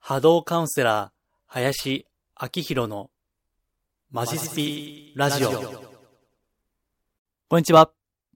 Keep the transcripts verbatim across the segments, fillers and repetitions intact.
波動カウンセラー林明宏のマジスピラジオ。こんにちは。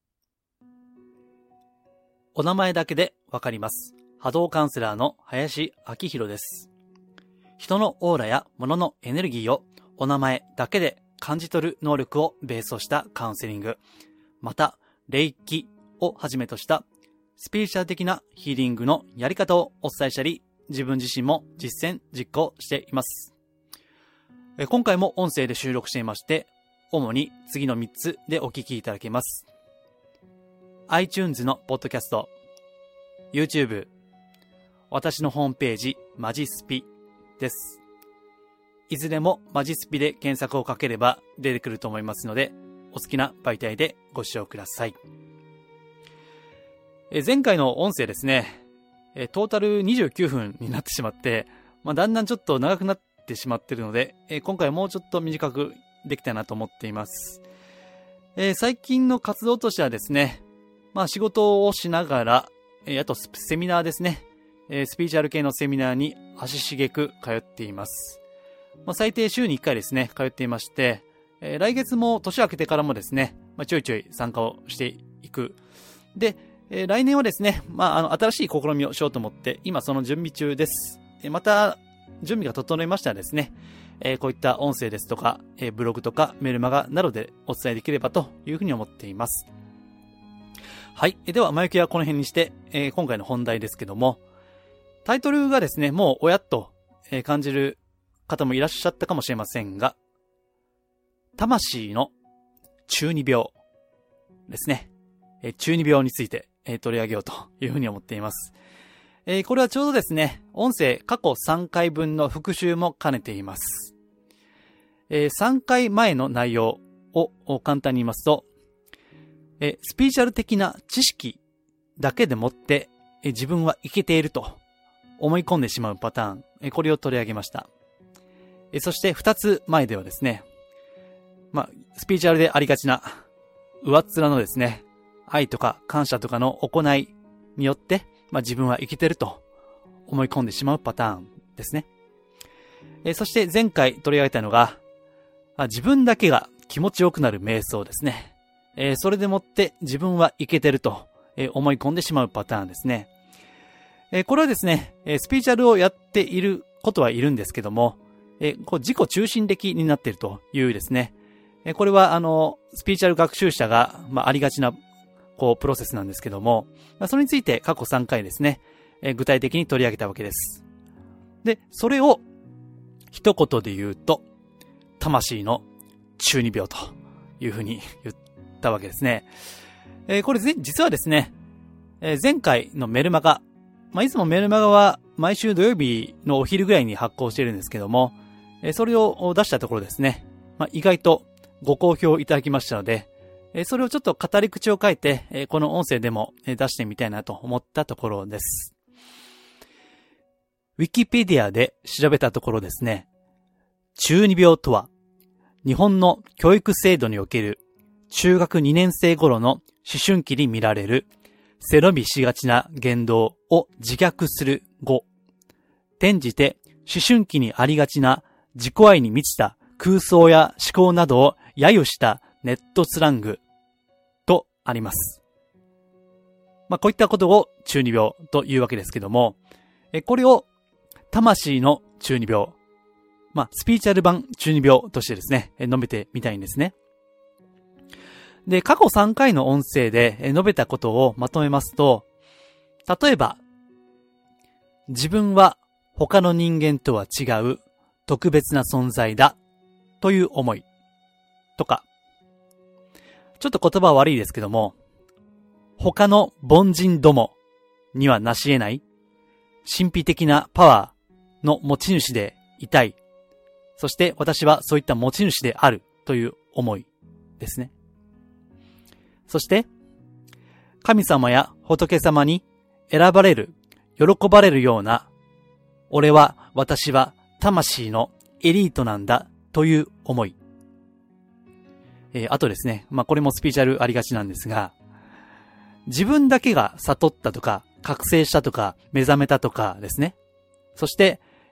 お名前だけでわかります。波動カウンセラーの林明宏です。人のオーラや物のエネルギーをお名前だけで感じ取る能力をベースとしたカウンセリング、また霊気をはじめとしたスピリチュアル的なヒーリングのやり方をお伝えしたり、自分自身も実践実行しています。今回も音声で収録していまして、主に次のみっつでお聞きいただけます。iTunes のポッドキャスト、YouTube、私のホームページマジスピです。いずれもマジスピで検索をかければ出てくると思いますので、お好きな媒体でご視聴ください。え前回の音声ですね、えトータルにじゅうきゅうふんになってしまって、まあ、だんだんちょっと長くなってしまっているので、え今回はもうちょっと短くできたなと思っています。えー、最近の活動としてはですね、まあ仕事をしながら、えー、あとセミナーですね、えー、スピーチュアル系のセミナーに足しげく通っています。まあ、最低週にいっかいですね、通っていまして、えー、来月も年明けてからもですね、まあ、ちょいちょい参加をしていく。で、えー、来年はですね、まあ、あの、新しい試みをしようと思って、今その準備中です。えー、また、準備が整いましたらですね、えー、こういった音声ですとか、えー、ブログとかメルマガなどでお伝えできればというふうに思っています。はい。では、前置きはこの辺にして、えー、今回の本題ですけども、タイトルがですね、もうおやっと感じる方もいらっしゃったかもしれませんが、魂の中二病ですね。えー、中二病について、えー、取り上げようというふうに思っています。えー、これはちょうどですね、音声過去さんかいぶんの復習も兼ねています。えー、さんかいまえの内容を簡単に言いますと、えー、スピリチュアル的な知識だけでもって、えー、自分はイケていると思い込んでしまうパターン、えー、これを取り上げました。えー、そしてふたつまえではですね、まあ、スピリチュアルでありがちな上っ面のですね、愛とか感謝とかの行いによって、まあ、自分は生きてると思い込んでしまうパターンですね。えー、そして前回取り上げたのが、あ自分だけが気持ちよくなる瞑想ですね。えー、それでもって自分は生きてると、えー、思い込んでしまうパターンですね。えー、これはですね、えー、スピリチュアルをやっていることはいるんですけども、えー、こう自己中心的になっているというですね、えー、これはあのスピリチュアル学習者が、まあ、ありがちなこうプロセスなんですけども、まあ、それについて過去さんかいですね、えー、具体的に取り上げたわけです。で、それを一言で言うと、魂の中二病というふうに言ったわけですね。えー、これ実はですね、えー、前回のメルマガ、まあ、いつもメルマガは毎週土曜日のお昼ぐらいに発行しているんですけども、えー、それを出したところですね、まあ、意外とご好評いただきましたので、それをちょっと語り口を書いて、この音声でも出してみたいなと思ったところです。ウィキペディアで調べたところですね、中二病とは、日本の教育制度における中学にねん生頃の思春期に見られる背伸びしがちな言動を自虐する語。転じて思春期にありがちな自己愛に満ちた空想や思考などを揶揄したネットスラングとあります。まあ、こういったことを中二病というわけですけども、えこれを魂の中二病、まあ、スピリチュアル版中二病としてですね、述べてみたいんですね。で、過去さんかいの音声で述べたことをまとめますと、例えば、自分は他の人間とは違う特別な存在だという思いとか、ちょっと言葉は悪いですけども、他の凡人どもには成し得ない神秘的なパワーの持ち主でいたい。そして私はそういった持ち主であるという思いですね。そして、神様や仏様に選ばれる、喜ばれるような、俺は、私は魂のエリートなんだという思い。えー、あとですね、まあ、これもスピリチュアルありがちなんですが、自分だけが悟ったとか、覚醒したとか、目覚めたとかですね。そして、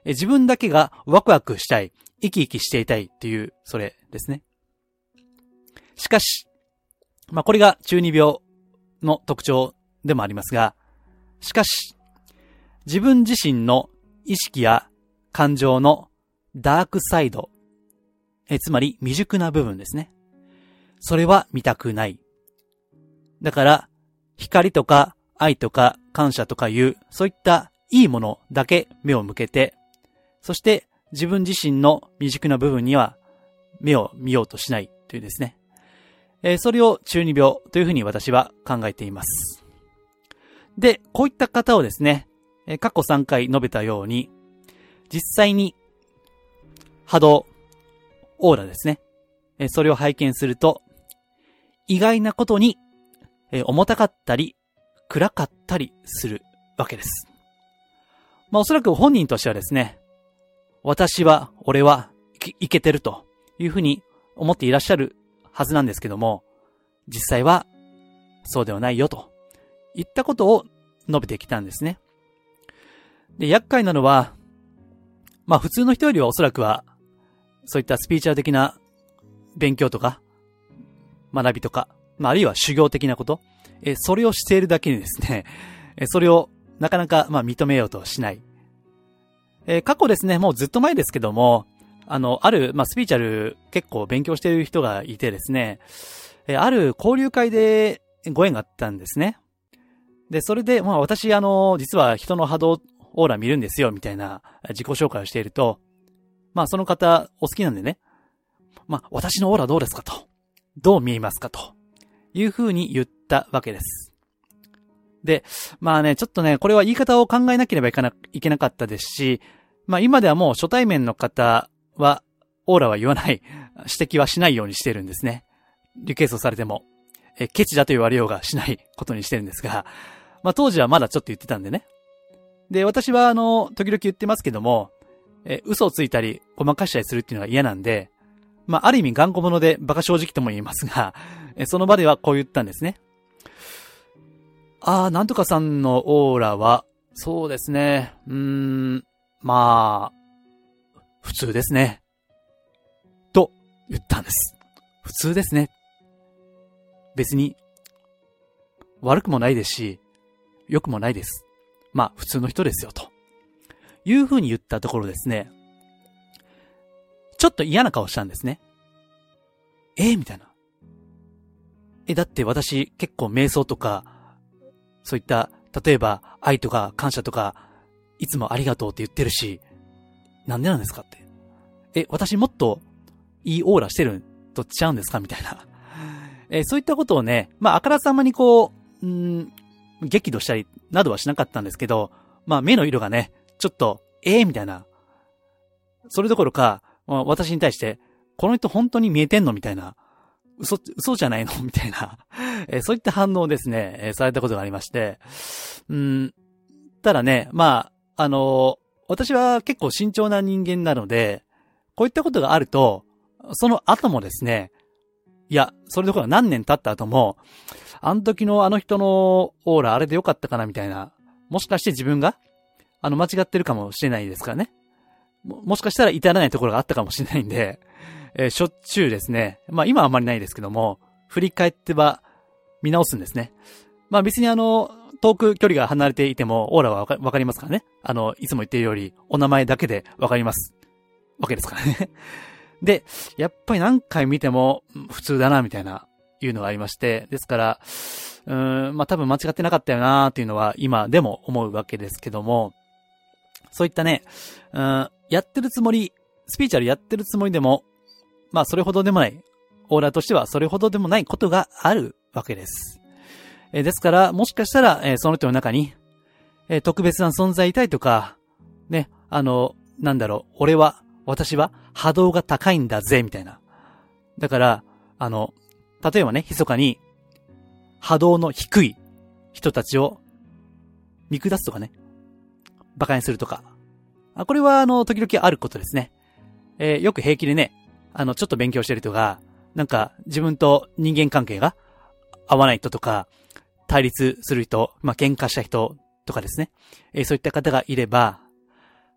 え自分だけがワクワクしたい、生き生きしていたいっていう、それですね。しかし、まあこれが中二病の特徴でもありますが、しかし、自分自身の意識や感情のダークサイド、えつまり未熟な部分ですね。それは見たくない。だから、光とか愛とか感謝とかいう、そういったいいものだけ目を向けて、そして自分自身の未熟な部分には目を見ようとしないというですね。えー、それを中二病というふうに私は考えています。で、こういった方をですね、えー、過去さんかい述べたように、実際に波動、オーラですね。えー、それを拝見すると、意外なことに、えー、重たかったり、暗かったりするわけです。まあおそらく本人としてはですね、私は、俺はいけてるというふうに思っていらっしゃるはずなんですけども、実際はそうではないよといったことを述べてきたんですね。で、厄介なのは、まあ普通の人よりはおそらくは、そういったスピーチャー的な勉強とか、学びとか、まああるいは修行的なこと、えそれをしているだけにですね、えそれをなかなかまあ認めようとしない。えー、過去ですね、もうずっと前ですけども、あの、ある、まあ、スピーチャル結構勉強している人がいてですね、えー、ある交流会でご縁があったんですね。で、それで、まあ、私、あの、実は人の波動オーラ見るんですよ、みたいな自己紹介をしていると、まあ、その方、お好きなんでね、まあ、私のオーラどうですかと、どう見えますかというふうに言ったわけです。で、まあね、ちょっとね、これは言い方を考えなければいけな、いけなかったですし、まあ今ではもう初対面の方は、オーラは言わない、指摘はしないようにしてるんですね。リクエストされても、え、ケチだと言われようがしないことにしてるんですが、まあ当時はまだちょっと言ってたんでね。で、私はあの、時々言ってますけども、え、嘘をついたり、ごまかしたりするっていうのが嫌なんで、まあある意味頑固者で馬鹿正直とも言いますが、え、その場ではこう言ったんですね。ああ、なんとかさんのオーラは、そうですね。うーん、まあ、普通ですね。と言ったんです。普通ですね。別に、悪くもないですし、良くもないです。まあ、普通の人ですよ、というふうに言ったところですね。ちょっと嫌な顔したんですね。えー、みたいな。え、だって私結構瞑想とか、そういった、例えば、愛とか感謝とか、いつもありがとうって言ってるし、なんでなんですかって。え、私もっといいオーラしてるとちゃうんですかみたいな。え、そういったことをね、まあ、あからさまにこう、んー、激怒したりなどはしなかったんですけど、まあ、目の色がね、ちょっと、えー、みたいな。それどころか、まあ、私に対して、この人本当に見えてんのみたいな。嘘、嘘じゃないのみたいな、えー。そういった反応をですね、えー、されたことがありまして。うん。ただね、まあ、あのー、私は結構慎重な人間なので、こういったことがあると、その後もですね、いや、それどころ何年経った後も、あの時のあの人のオーラあれでよかったかなみたいな、もしかして自分が、あの間違ってるかもしれないですからね。も、もしかしたら至らないところがあったかもしれないんで、えー、しょっちゅうですね。まあ今はあんまりないですけども、振り返っては見直すんですね。まあ別にあの、遠く距離が離れていてもオーラはわか、わかりますからね。あの、いつも言っているよりお名前だけでわかります。わけですからね。で、やっぱり何回見ても普通だな、みたいな、いうのがありまして、ですから、うーん、まあ多分間違ってなかったよなーっていうのは今でも思うわけですけども、そういったね、うん、やってるつもり、スピーチャルやってるつもりでも、まあそれほどでもない、オーラとしてはそれほどでもないことがあるわけです。えー、ですから、もしかしたら、えー、その人の中に、えー、特別な存在いたいとか、ね、あの、なんだろう、俺は、私は波動が高いんだぜ、みたいな。だから、あの、例えばね、密かに波動の低い人たちを見下すとかね、馬鹿にするとか。あ、これはあの、時々あることですね。えー、よく平気でね、あの、ちょっと勉強してる人が、なんか自分と人間関係が合わない人とか、対立する人、まあ、喧嘩した人とかですね。えー、そういった方がいれば、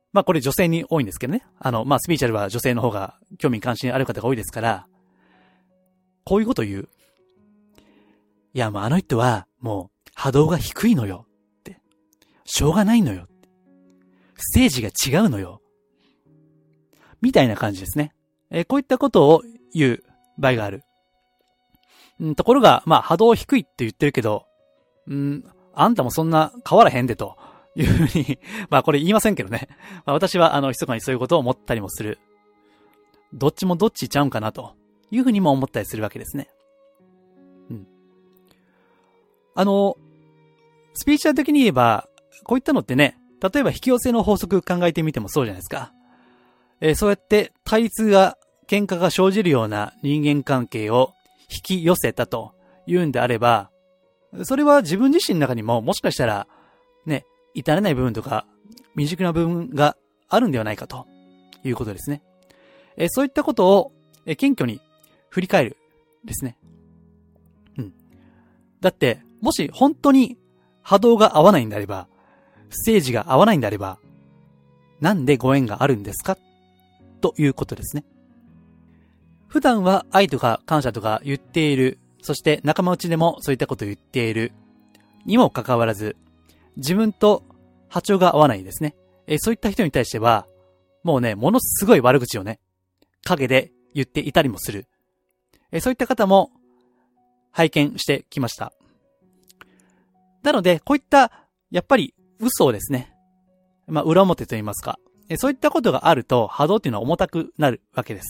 まあこれ女性に多いんですけどね。あの、まあスピリチュアルは女性の方が興味関心ある方が多いですから、こういうことを言う。いや、もうあの人はもう波動が低いのよって。しょうがないのよ。ステージが違うのよ。みたいな感じですね。えー、こういったことを言う場合がある。うん、ところが、まあ波動低いって言ってるけど、うん、あんたもそんな変わらへんでというふうに、まあこれ言いませんけどね。まあ私はあの、密かにそういうことを思ったりもする。どっちもどっちちゃうんかなというふうにも思ったりするわけですね。うん。あの、スピーチャー的に言えば、こういったのってね、例えば引き寄せの法則考えてみてもそうじゃないですか。えー、そうやって対立が、喧嘩が生じるような人間関係を引き寄せたというんであれば、それは自分自身の中にももしかしたら、ね、至れない部分とか、未熟な部分があるんではないかということですね。えー、そういったことを、えー、謙虚に振り返るですね。うん。だって、もし本当に波動が合わないんであれば、ステージが合わないんであれば、なんでご縁があるんですかということですね。普段は愛とか感謝とか言っている、そして仲間内でもそういったことを言っているにもかかわらず、自分と波長が合わないですね。えー、そういった人に対しては、もうね、ものすごい悪口をね、陰で言っていたりもする。えー、そういった方も拝見してきました。なので、こういった、やっぱり嘘をですね、まあ裏表と言いますか、えー、そういったことがあると波動っていうのは重たくなるわけです。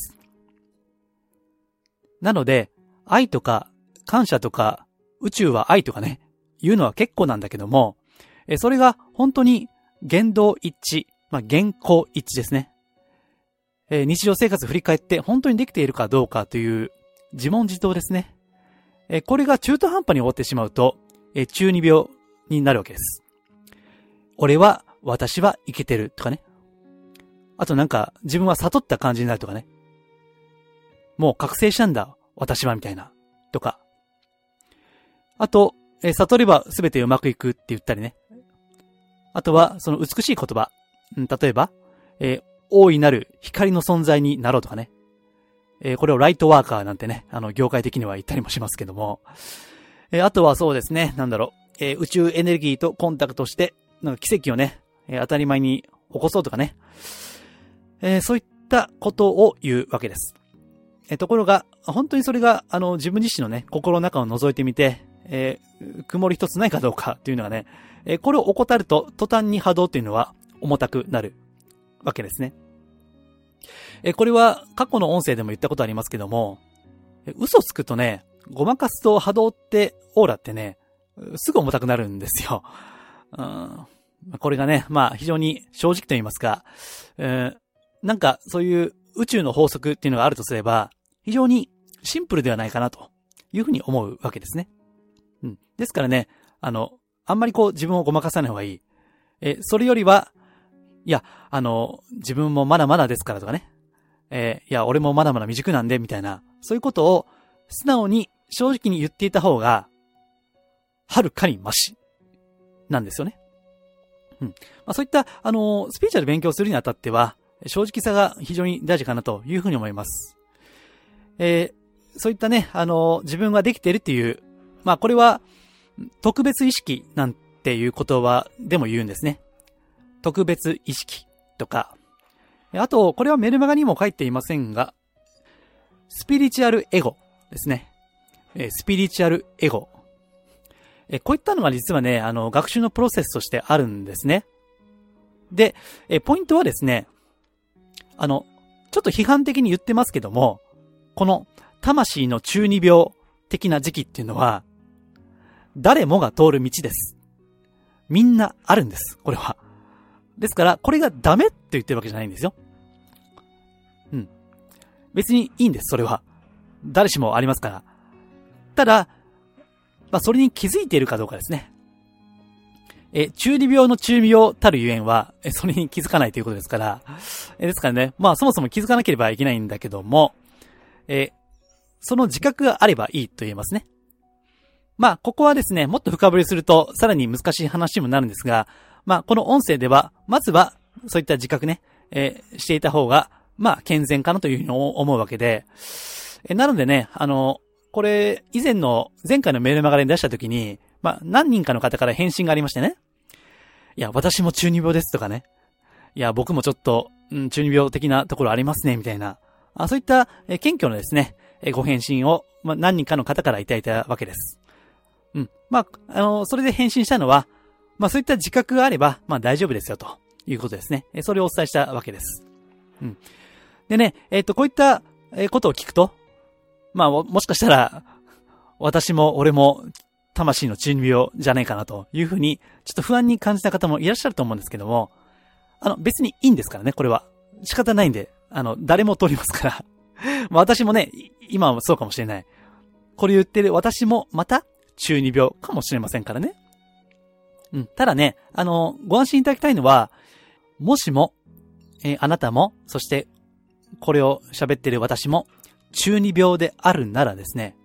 なので、愛とか感謝とか宇宙は愛とかね、言うのは結構なんだけども、え、それが本当に言動一致、まあ、言行一致ですね。えー、日常生活振り返って本当にできているかどうかという自問自答ですね。えー、これが中途半端に終わってしまうと、えー、中二病になるわけです。俺は、私はイケてるとかね。あとなんか自分は悟った感じになるとかね。もう覚醒したんだ、私は、みたいな。とか。あと、えー、悟れば全てうまくいくって言ったりね。あとは、その美しい言葉。うん、例えば、えー、大いなる光の存在になろうとかね。えー、これをライトワーカーなんてね、あの、業界的には言ったりもしますけども。えー、あとはそうですね、なんだろう、えー、宇宙エネルギーとコンタクトして、なんか奇跡をね、えー、当たり前に起こそうとかね。えー、そういったことを言うわけです。えー、ところが、本当にそれが、あの、自分自身のね、心の中を覗いてみて、えー、曇り一つないかどうかっていうのがね、えー、これを怠ると、途端に波動っていうのは重たくなるわけですね。えー、これは過去の音声でも言ったことありますけども、えー、嘘つくとね、ごまかすと波動って、オーラってね、すぐ重たくなるんですよ。うん、これがね、まあ非常に正直と言いますか、えー、なんかそういう宇宙の法則っていうのがあるとすれば、非常にシンプルではないかなというふうに思うわけですね。うん。ですからね、あの、あんまりこう自分をごまかさない方がいい。え、それよりは、いや、あの、自分もまだまだですからとかね。えー、いや、俺もまだまだ未熟なんで、みたいな、そういうことを素直に正直に言っていた方が、はるかにマシなんですよね。うん。まあそういった、あの、スピーチャル勉強するにあたっては、正直さが非常に大事かなというふうに思います。えー、そういったね、あの、自分ができているっていう、まあこれは、特別意識なんていう言葉でも言うんですね。特別意識とか。あと、これはメルマガにも書いていませんが、スピリチュアルエゴですね。えー、スピリチュアルエゴ。えー、こういったのが実はね、あの、学習のプロセスとしてあるんですね。で、えー、ポイントはですね、あの、ちょっと批判的に言ってますけども、この魂の中二病的な時期っていうのは、誰もが通る道です。みんなあるんです、これは。ですから、これがダメって言ってるわけじゃないんですよ。うん。別にいいんです、それは。誰しもありますから。ただ、まあ、それに気づいているかどうかですね。え、中二病の中二病たるゆえんは、え、それに気づかないということですから、え、ですからね、まあそもそも気づかなければいけないんだけども、え、その自覚があればいいと言えますね。まあ、ここはですね、もっと深掘りすると、さらに難しい話にもなるんですが、まあ、この音声では、まずは、 そういった自覚ね、えー、していた方が、まあ、健全かなというふうに思うわけで、えー、なのでね、あの、これ、以前の、前回のメールマガで出したときに、まあ、何人かの方から返信がありましてね。いや、私も中二病ですとかね。いや、僕もちょっと、うん、中二病的なところありますね、みたいな。あ、そういった、えー、謙虚なですね、えー、ご返信を、まあ、何人かの方からいただいたわけです。うん。まあ、あの、それで返信したのは、まあ、そういった自覚があれば、まあ、大丈夫ですよ、ということですね。えー、それをお伝えしたわけです。うん。でね、えっと、こういった、えー、ことを聞くと、まあ、もしかしたら、私も俺も、魂の中二病じゃないかなというふうに、ちょっと不安に感じた方もいらっしゃると思うんですけども、あの、別にいいんですからね、これは。仕方ないんで、あの、誰も通りますから。私もね、今はそうかもしれない。これ言ってる私もまた中二病かもしれませんからね。うん。ただね、あの、ご安心いただきたいのは、もしも、えー、あなたも、そして、これを喋ってる私も、中二病であるならですね、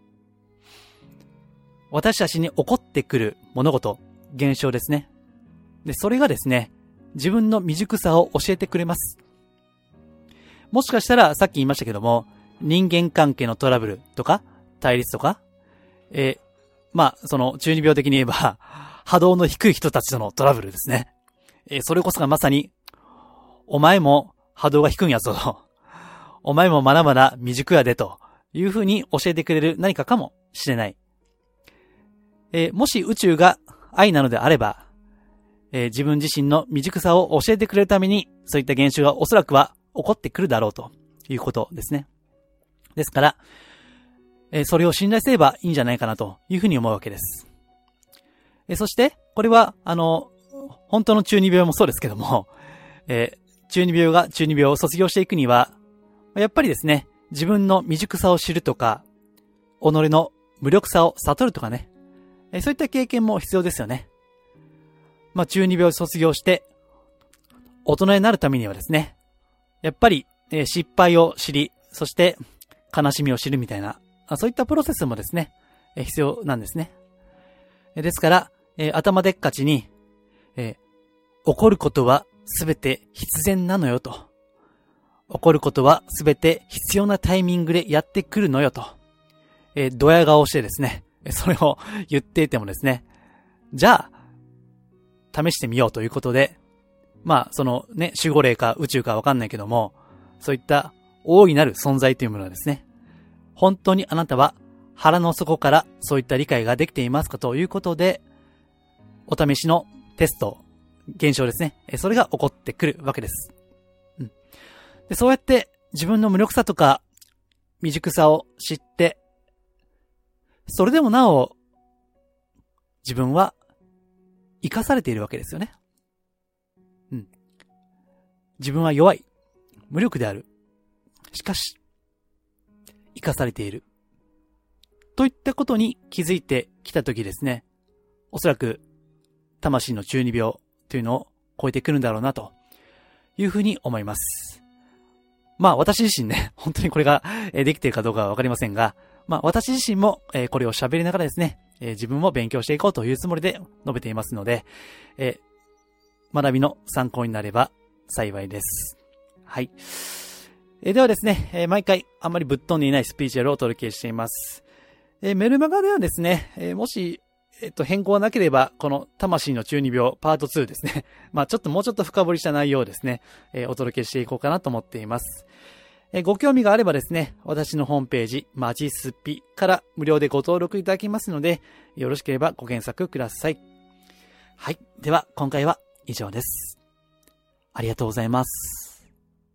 私たちに起こってくる物事、現象ですね。で、それがですね、自分の未熟さを教えてくれます。もしかしたら、さっき言いましたけども、人間関係のトラブルとか、対立とか、えー、まあ、その中二病的に言えば、波動の低い人たちとのトラブルですね。えー、それこそがまさに、お前も波動が低いんやぞと、お前もまだまだ未熟やでというふうに教えてくれる何かかもしれない。えー、もし宇宙が愛なのであれば、えー、自分自身の未熟さを教えてくれるために、そういった現象がおそらくは起こってくるだろうということですね。ですから、えー、それを信頼すればいいんじゃないかなというふうに思うわけです。えー、そして、これは、あの、本当の中二病もそうですけども、えー、中二病が中二病を卒業していくには、やっぱりですね、自分の未熟さを知るとか、己の無力さを悟るとかね、えー、そういった経験も必要ですよね。まあ、中二病を卒業して、大人になるためにはですね、やっぱり、えー、失敗を知り、そして悲しみを知るみたいな、あそういったプロセスもですね、えー、必要なんですね。えー、ですから、えー、頭でっかちに、えー、起こることはすべて必然なのよと。起こることはすべて必要なタイミングでやってくるのよと。えー、ドヤ顔してですね、それを言っていてもですね、じゃあ、試してみようということで、まあ、そのね、守護霊か宇宙かわかんないけども、そういった大いなる存在というものはですね、本当にあなたは腹の底からそういった理解ができていますかということで、お試しのテスト、現象ですね、それが起こってくるわけです。うん。で、そうやって自分の無力さとか未熟さを知って、それでもなお、自分は生かされているわけですよね。うん。自分は弱い。無力である。しかし、生かされている。といったことに気づいてきたときですね、おそらく、魂の中二病というのを超えてくるんだろうな、というふうに思います。まあ私自身ね、本当にこれができているかどうかはわかりませんが、まあ私自身もこれを喋りながらですね、自分も勉強していこうというつもりで述べていますので、学びの参考になれば幸いです。はい。ではですね、毎回あんまりぶっ飛んでいないスピーチュアルをお届けしています。メルマガではですね、もし、えっと、変更はなければ、この魂の中二病パートツーですね。まあちょっともうちょっと深掘りした内容をですね、お届けしていこうかなと思っています。ご興味があればですね、私のホームページ、マジスピから無料でご登録いただけますので、よろしければご検索ください。はい。では、今回は以上です。ありがとうございます。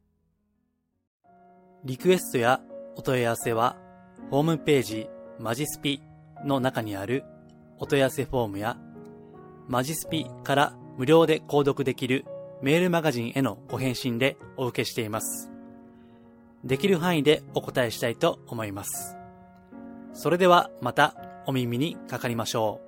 リクエストやお問い合わせは、ホームページ、マジスピの中にあるお問い合わせフォームや、マジスピから無料で購読できるメールマガジンへのご返信でお受けしています。できる範囲でお答えしたいと思います。それではまたお耳にかかりましょう。